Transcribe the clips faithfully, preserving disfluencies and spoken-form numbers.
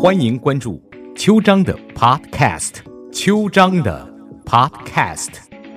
欢迎关注邱彰的 Podcast， 邱彰的 Podcast。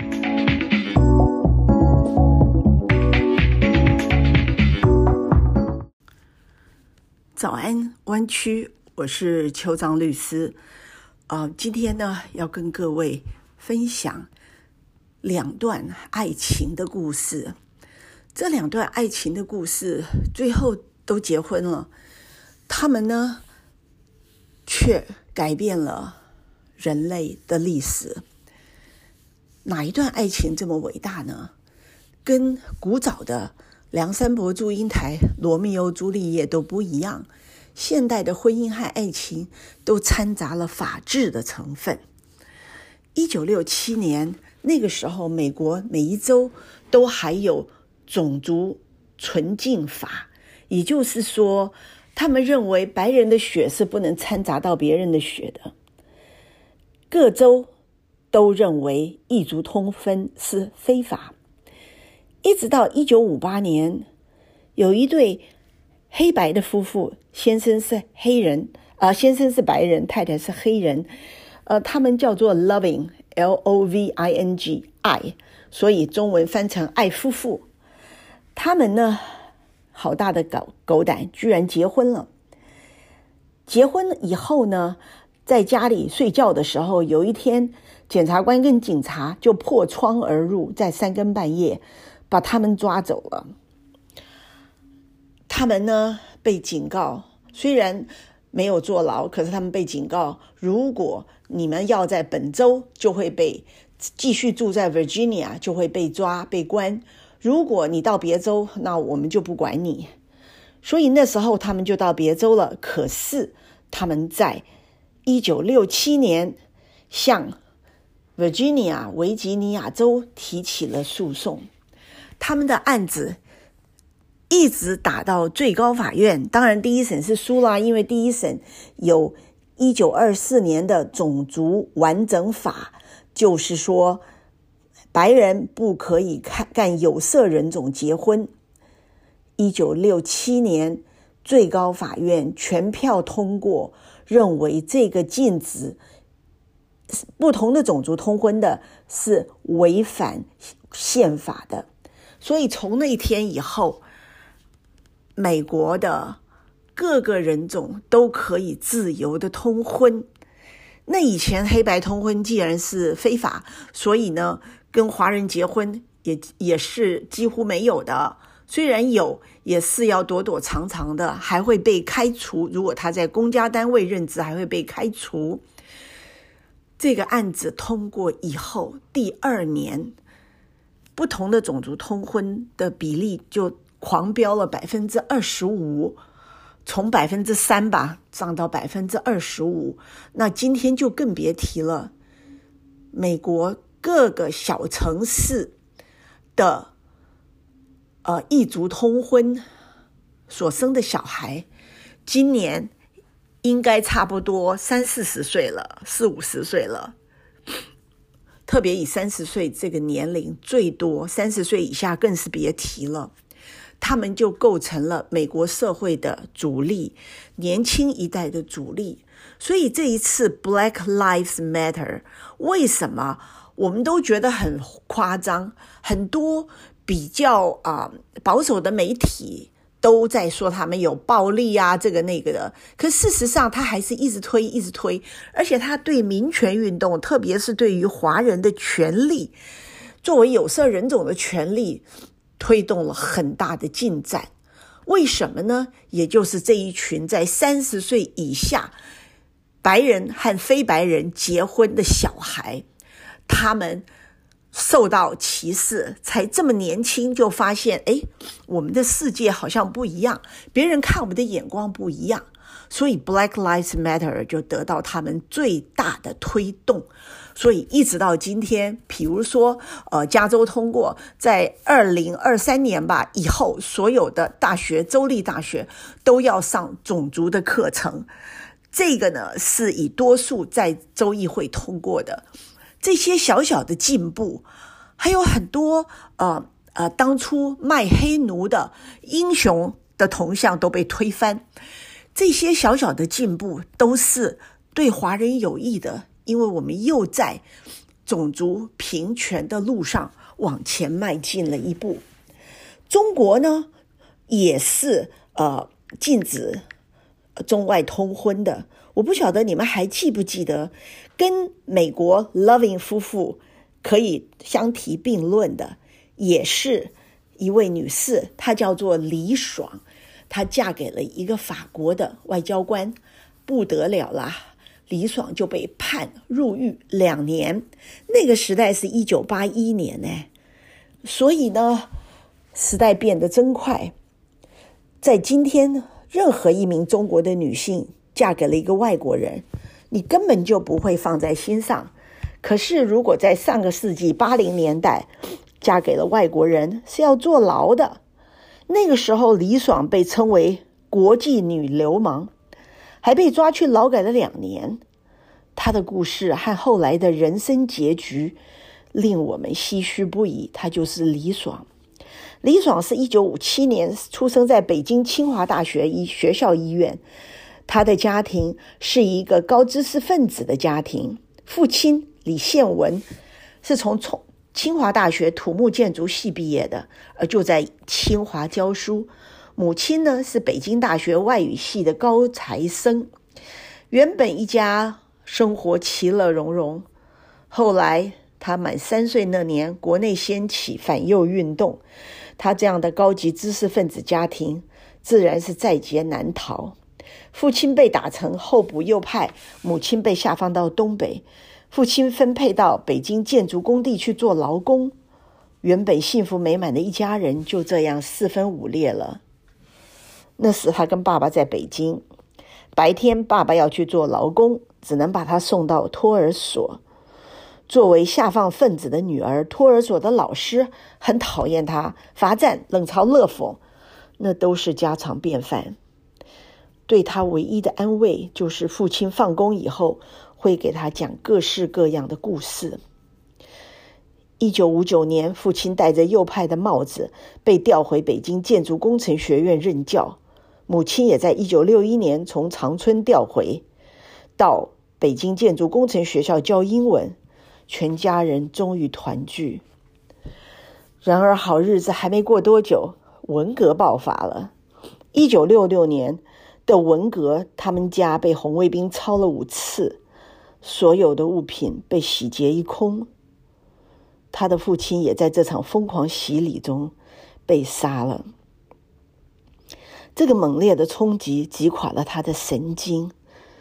早安，湾区，我是邱彰律师。呃，今天呢，要跟各位分享两段爱情的故事。这两段爱情的故事最后都结婚了，他们呢，却改变了人类的历史。哪一段爱情这么伟大呢？跟古早的梁山伯祝英台、罗密欧朱丽叶都不一样，现代的婚姻和爱情都掺杂了法治的成分。一九六七年，那个时候美国每一州都还有种族纯净法，也就是说，他们认为白人的血是不能掺杂到别人的血的。各州都认为异族通婚是非法。一直到一九五八年，有一对黑白的夫妇，先生是黑人，呃，先生是白人，太太是黑人，呃，他们叫做 Loving L O V I N G 爱，所以中文翻成爱夫妇。他们呢，好大的狗狗胆，居然结婚了。结婚以后呢，在家里睡觉的时候，有一天，检察官跟警察就破窗而入，在三更半夜把他们抓走了。他们呢被警告，虽然没有坐牢，可是他们被警告，如果你们要在本州，就会被继续住在 Virginia， 就会被抓被关。如果你到别州，那我们就不管你。所以那时候他们就到别州了。可是他们在一九六七年向 Virginia 维吉尼亚州提起了诉讼。他们的案子一直打到最高法院，当然第一审是输了，因为第一审有一九二四年的种族完整法，就是说白人不可以干有色人种结婚。一九六七年最高法院全票通过，认为这个禁止不同的种族通婚的是违反宪法的。所以从那一天以后，美国的各个人种都可以自由的通婚。那以前黑白通婚既然是非法，所以呢，跟华人结婚也也是几乎没有的。虽然有，也是要躲躲藏藏的，还会被开除。如果他在公家单位任职，还会被开除。这个案子通过以后，第二年，不同的种族通婚的比例就狂飙了百分之二十五，从百分之三吧涨到百分之二十五。那今天就更别提了，美国各个小城市的呃异族通婚所生的小孩，今年应该差不多三四十岁了，四五十岁了。特别以三十岁这个年龄最多，三十岁以下更是别提了。他们就构成了美国社会的主力，年轻一代的主力。所以这一次 Black Lives Matter， 为什么我们都觉得很夸张？很多比较、呃、保守的媒体都在说他们有暴力啊，这个那个的。可事实上他还是一直推一直推，而且他对民权运动，特别是对于华人的权利，作为有色人种的权利，推动了很大的进展。为什么呢？也就是这一群在三十岁以下白人和非白人结婚的小孩，他们受到歧视，才这么年轻就发现，诶，我们的世界好像不一样，别人看我们的眼光不一样。所以 Black Lives Matter 就得到他们最大的推动。所以一直到今天，比如说呃，加州通过在二零二三年吧以后，所有的大学，州立大学都要上种族的课程。这个呢，是以多数在州议会通过的。这些小小的进步，还有很多呃呃，当初卖黑奴的英雄的铜像都被推翻。 这些小小的进步都是对华人有益的，因为我们又在种族平权的路上往前迈进了一步。中国呢，也是呃禁止中外通婚的。我不晓得你们还记不记得，跟美国 Loving 夫妇可以相提并论的，也是一位女士，她叫做李爽，她嫁给了一个法国的外交官，不得了啦，李爽就被判入狱两年。那个时代是一九八一年呢，所以呢，时代变得真快。在今天，任何一名中国的女性嫁给了一个外国人，你根本就不会放在心上。可是如果在上个世纪八零年代嫁给了外国人，是要坐牢的。那个时候李爽被称为国际女流氓，还被抓去劳改了两年。她的故事和后来的人生结局令我们唏嘘不已。她就是李爽。李爽是一九五七年出生在北京清华大学医学校医院，他的家庭是一个高知识分子的家庭，父亲李宪文是从清华大学土木建筑系毕业的，而就在清华教书。母亲呢是北京大学外语系的高材生。原本一家生活其乐融融，后来他满三岁那年，国内掀起反右运动，他这样的高级知识分子家庭自然是在劫难逃。父亲被打成候补右派，母亲被下放到东北，父亲分配到北京建筑工地去做劳工。原本幸福美满的一家人就这样四分五裂了。那时他跟爸爸在北京，白天爸爸要去做劳工，只能把他送到托儿所。作为下放分子的女儿，托儿所的老师很讨厌她，罚站、冷嘲热讽，那都是家常便饭。对她唯一的安慰就是父亲放工以后会给她讲各式各样的故事。一九五九年，父亲戴着右派的帽子被调回北京建筑工程学院任教，母亲也在一九六一年从长春调回到北京建筑工程学校教英文，全家人终于团聚。然而好日子还没过多久，文革爆发了。一九六六年的文革，他们家被红卫兵抄了五次，所有的物品被洗劫一空。他的父亲也在这场疯狂洗礼中被杀了。这个猛烈的冲击击垮了他的神经。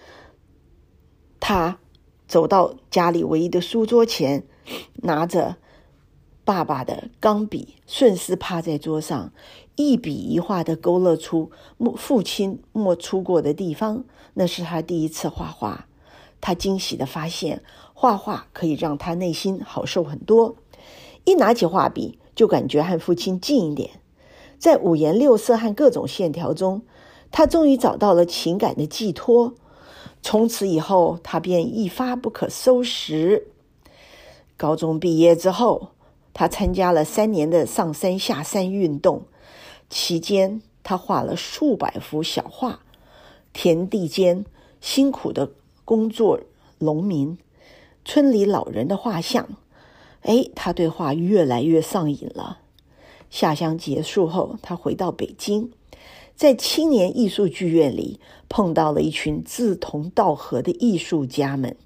他走到家里唯一的书桌前，拿着爸爸的钢笔，顺势趴在桌上，一笔一画地勾勒出父亲没出过的地方。那是他第一次画画，他惊喜地发现画画可以让他内心好受很多。一拿起画笔就感觉和父亲近一点，在五颜六色和各种线条中，他终于找到了情感的寄托。从此以后，他便一发不可收拾。高中毕业之后，他参加了三年的上山下山运动，期间他画了数百幅小画，田地间辛苦的工作农民，村里老人的画像。哎，他对画越来越上瘾了。下乡结束后，他回到北京，在青年艺术剧院里碰到了一群志同道合的艺术家们，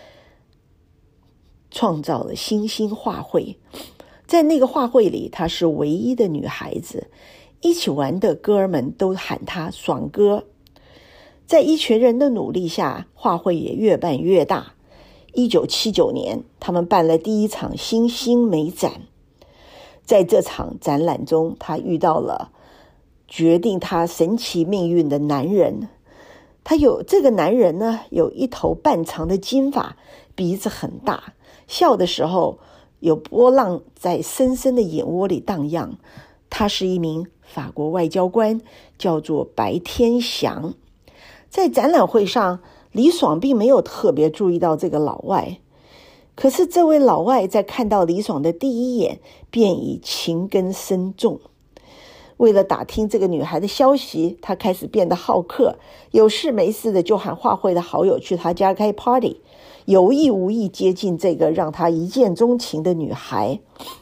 创造了新兴画会。在那个画会里，她是唯一的女孩子，一起玩的哥儿们都喊她爽哥。在一群人的努力下，画会也越办越大。一九七九年，他们办了第一场新兴美展。在这场展览中，他遇到了决定他神奇命运的男人。他有这个男人呢，有一头半长的金发，鼻子很大，笑的时候有波浪在深深的眼窝里荡漾。他是一名法国外交官，叫做白天祥。在展览会上，李爽并没有特别注意到这个老外，可是这位老外在看到李爽的第一眼便已情根深重。 为了打听这个女孩的消息，他开始变得好客，有事没事的就喊画会的好友去他家开 party， 有意无意接近这个让他一见钟情的女孩。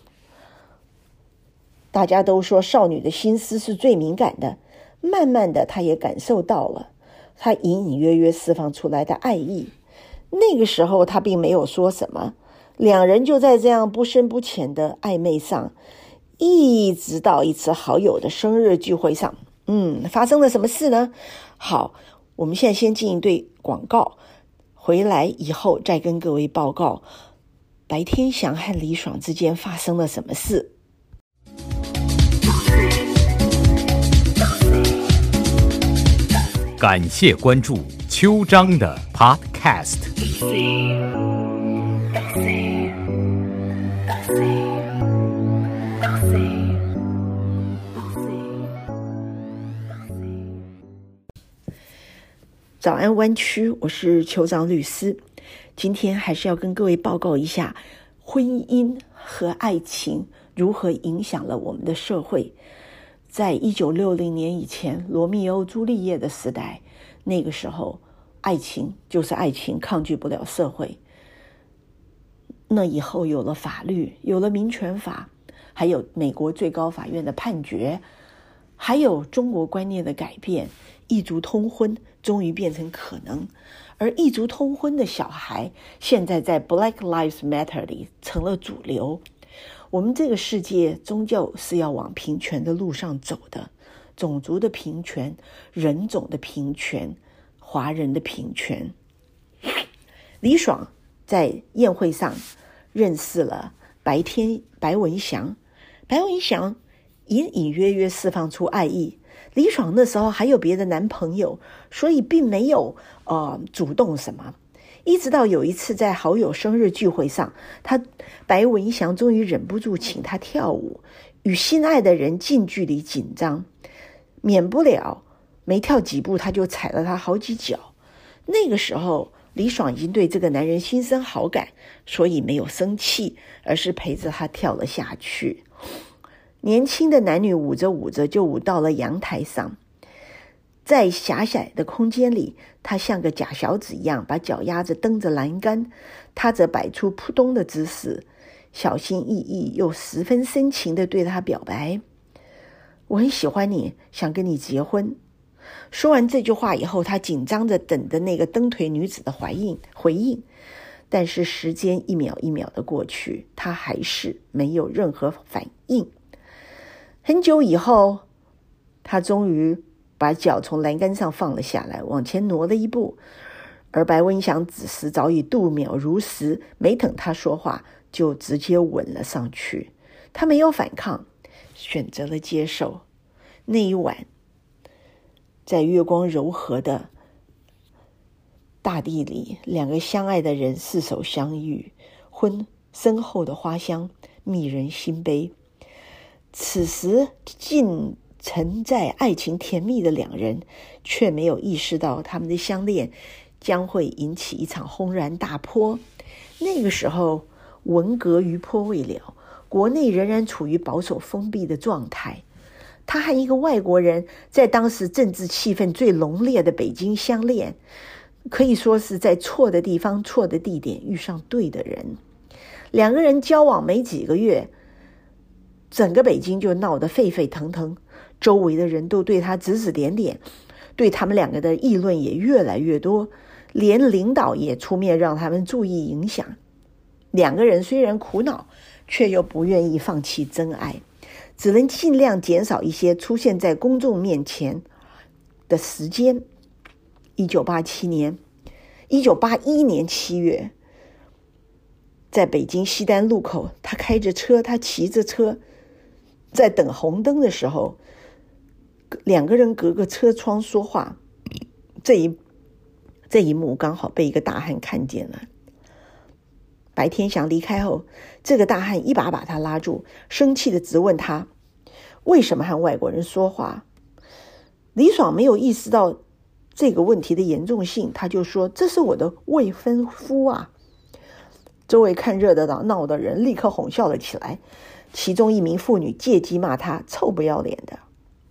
大家都说少女的心思是最敏感的，慢慢的他也感受到了他隐隐约约释放出来的爱意。那个时候他并没有说什么，两人就在这样不深不浅的暧昧上，一直到一次好友的生日聚会上。嗯，发生了什么事呢？好，我们现在先进一对广告，回来以后再跟各位报告白天祥和李爽之间发生了什么事。 感谢关注邱彰的 Podcast。 早安湾区，我是邱彰律师。今天还是要跟各位报告一下婚姻和爱情如何影响了我们的社会。在一九六零年以前，罗密欧朱丽叶的时代，那个时候爱情就是爱情，抗拒不了社会。那以后有了法律，有了民权法，还有美国最高法院的判决，还有中国观念的改变，异族通婚终于变成可能。而异族通婚的小孩现在在 Black Lives Matter 里成了主流。我们这个世界终究是要往平权的路上走的，种族的平权，人种的平权，华人的平权。李爽在宴会上认识了白天白文祥，白文祥隐隐约约释放出爱意。李爽那时候还有别的男朋友，所以并没有呃主动什么。一直到有一次在好友生日聚会上，他白文祥终于忍不住请他跳舞，与心爱的人近距离紧张，免不了没跳几步他就踩了他好几脚。那个时候李爽已经对这个男人心生好感，所以没有生气，而是陪着他跳了下去。年轻的男女舞着舞着就舞到了阳台上，在狭窄的空间里，他像个假小子一样把脚压着蹬着栏杆，他则摆出扑通的姿势，小心翼翼又十分深情地对他表白：我很喜欢你，想跟你结婚。说完这句话以后，他紧张着等着那个蹬腿女子的回应回应但是时间一秒一秒的过去，他还是没有任何反应。很久以后，他终于把脚从栏杆上放了下来，往前挪了一步，而白文祥此时早已度秒如时，没等他说话就直接吻了上去。他没有反抗，选择了接受。那一晚，在月光柔和的大地里，两个相爱的人四手相遇，婚深厚的花香迷人心悲。此时尽沉在爱情甜蜜的两人，却没有意识到他们的相恋将会引起一场轰然大波。那个时候文革余波未了，国内仍然处于保守封闭的状态。他和一个外国人在当时政治气氛最浓烈的北京相恋，可以说是在错的地方错的地点遇上对的人。两个人交往没几个月，整个北京就闹得沸沸腾腾，周围的人都对他指指点点，对他们两个的议论也越来越多，连领导也出面让他们注意影响。两个人虽然苦恼，却又不愿意放弃真爱，只能尽量减少一些出现在公众面前的时间。一九八七年一九八一年七月，在北京西单路口，他开着车，他骑着车，在等红灯的时候，两个人隔个车窗说话，这一这一幕刚好被一个大汉看见了。白天祥离开后，这个大汉一把把他拉住，生气地质问他为什么和外国人说话。李爽没有意识到这个问题的严重性，他就说这是我的未婚夫啊。周围看热的闹的人立刻哄笑了起来，其中一名妇女借机骂他臭不要脸的。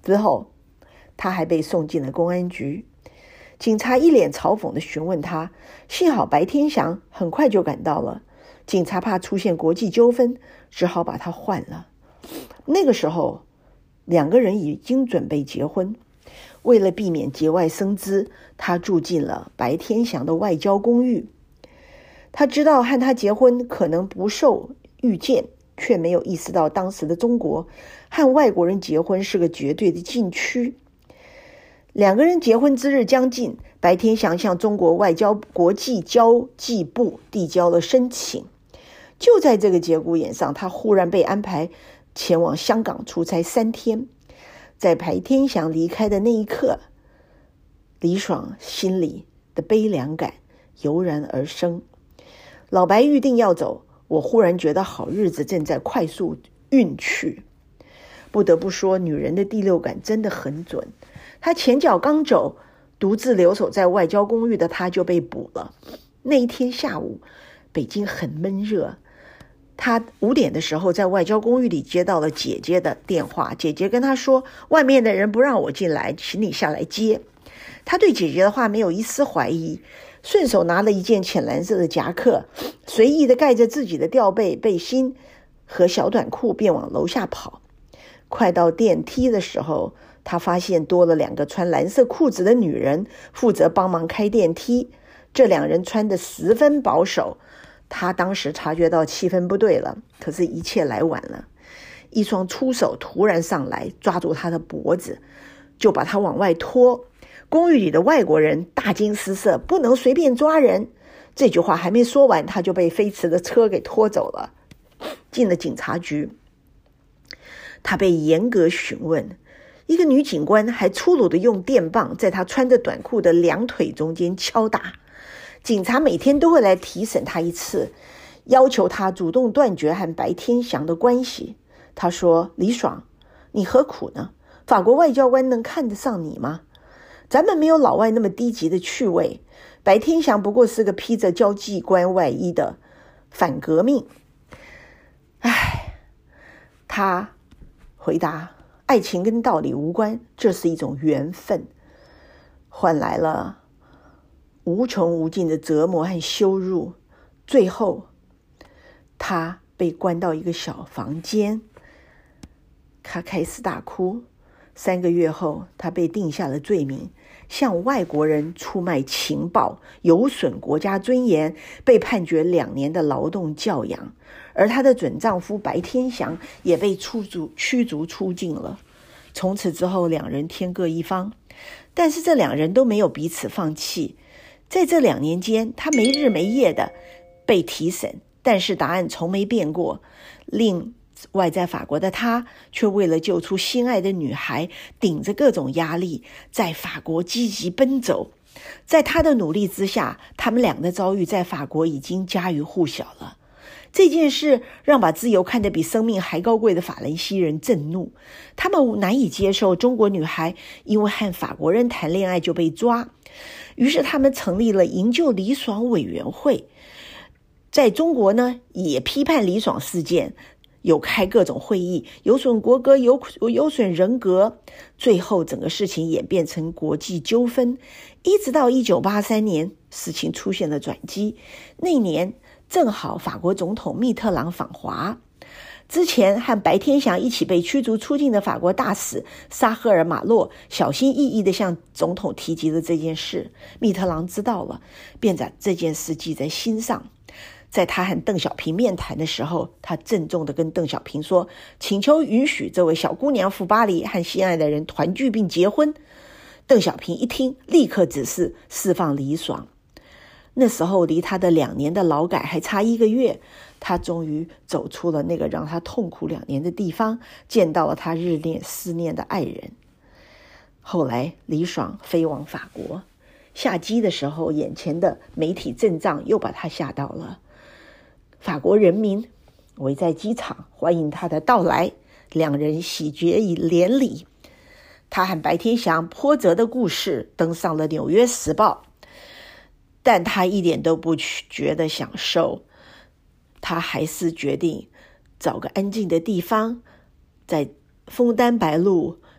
之后，他还被送进了公安局。警察一脸嘲讽地询问他，幸好白天祥很快就赶到了，警察怕出现国际纠纷，只好把他换了。那个时候，两个人已经准备结婚，为了避免节外生枝，他住进了白天祥的外交公寓。他知道和他结婚可能不受遇见，却没有意识到当时的中国和外国人结婚是个绝对的禁区。两个人结婚之日将近，白天祥向中国外交国际交际部递交了申请。就在这个节骨眼上，他忽然被安排前往香港出差三天。在白天祥离开的那一刻，李爽心里的悲凉感油然而生。老白预定要走，我忽然觉得好日子正在快速运去。不得不说，女人的第六感真的很准。他前脚刚走，独自留守在外交公寓的他就被捕了。那一天下午，北京很闷热。他五点的时候在外交公寓里接到了姐姐的电话，姐姐跟他说，外面的人不让我进来，请你下来接。他对姐姐的话没有一丝怀疑，顺手拿了一件浅蓝色的夹克，随意的盖着自己的吊背、背心和小短裤，便往楼下跑。快到电梯的时候，他发现多了两个穿蓝色裤子的女人，负责帮忙开电梯。这两人穿得十分保守，他当时察觉到气氛不对了，可是一切来晚了。一双粗手突然上来，抓住他的脖子，就把他往外拖。公寓里的外国人大惊失色，不能随便抓人。这句话还没说完，他就被飞驰的车给拖走了。进了警察局，他被严格询问，一个女警官还粗鲁地用电棒在他穿着短裤的两腿中间敲打。警察每天都会来提审他一次，要求他主动断绝和白天祥的关系。他说，李爽，你何苦呢？法国外交官能看得上你吗？咱们没有老外那么低级的趣味，白天祥不过是个披着交际官外衣的反革命。唉，他回答，爱情跟道理无关，这是一种缘分，换来了无穷无尽的折磨和羞辱。最后他被关到一个小房间，他开始大哭。三个月后，他被定下了罪名，向外国人出卖情报，有损国家尊严，被判决两年的劳动教养。而她的准丈夫白天祥也被驱逐驱逐出境了。从此之后，两人天各一方，但是这两人都没有彼此放弃。在这两年间，他没日没夜的被提审，但是答案从没变过。另外在法国的他，却为了救出心爱的女孩，顶着各种压力，在法国积极奔走。在他的努力之下，他们俩的遭遇在法国已经家喻户晓了。这件事让把自由看得比生命还高贵的法兰西人震怒，他们难以接受中国女孩因为和法国人谈恋爱就被抓，于是他们成立了营救李爽委员会。在中国呢，也批判李爽事件，有开各种会议，有损国歌，有有损人格。最后整个事情演变成国际纠纷，一直到一九八三年，事情出现了转机。那年正好法国总统密特朗访华，之前和白天祥一起被驱逐出境的法国大使沙赫尔马洛小心翼翼地向总统提及了这件事。密特朗知道了，便把这件事记在心上。在他和邓小平面谈的时候，他郑重地跟邓小平说，请求允许这位小姑娘赴巴黎和心爱的人团聚并结婚。邓小平一听，立刻指示释放李爽。那时候离他的两年的劳改还差一个月，他终于走出了那个让他痛苦两年的地方，见到了他日念思念的爱人。后来李爽飞往法国，下机的时候，眼前的媒体阵仗又把他吓到了。法国人民围在机场欢迎他的到来，两人喜结连理。他和白天祥波折的故事登上了《纽约时报》，但他一点都不觉得享受，他还是决定找个安静的地方，在枫丹白露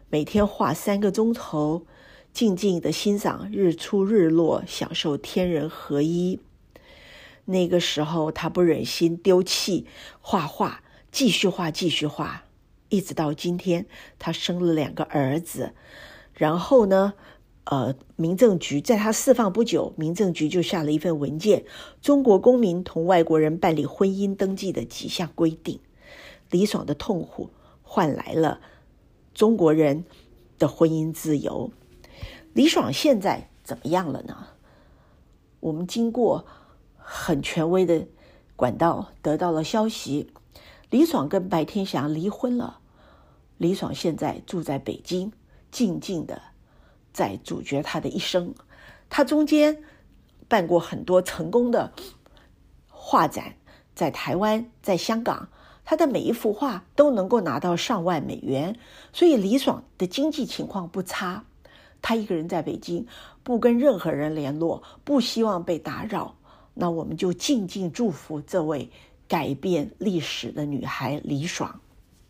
每天画三个钟头，静静的欣赏日出日落，享受天人合一。那个时候他不忍心丢弃画画，继续画继续画，一直到今天他生了两个儿子。然后呢呃，民政局在他释放不久，民政局就下了一份文件，中国公民同外国人办理婚姻登记的几项规定。李爽的痛苦换来了中国人的婚姻自由。李爽现在怎么样了呢？我们经过很权威的管道得到了消息，李爽跟白天祥离婚了。李爽现在住在北京，静静的在咀嚼他的一生。他中间办过很多成功的画展，在台湾，在香港，他的每一幅画都能够拿到上万美元，所以李爽的经济情况不差。他一个人在北京，不跟任何人联络，不希望被打扰。那我们就静静祝福这位改变历史的女孩李爽。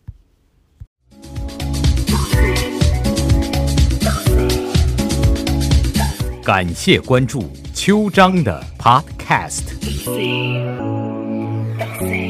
感谢关注邱彰的 Podcast。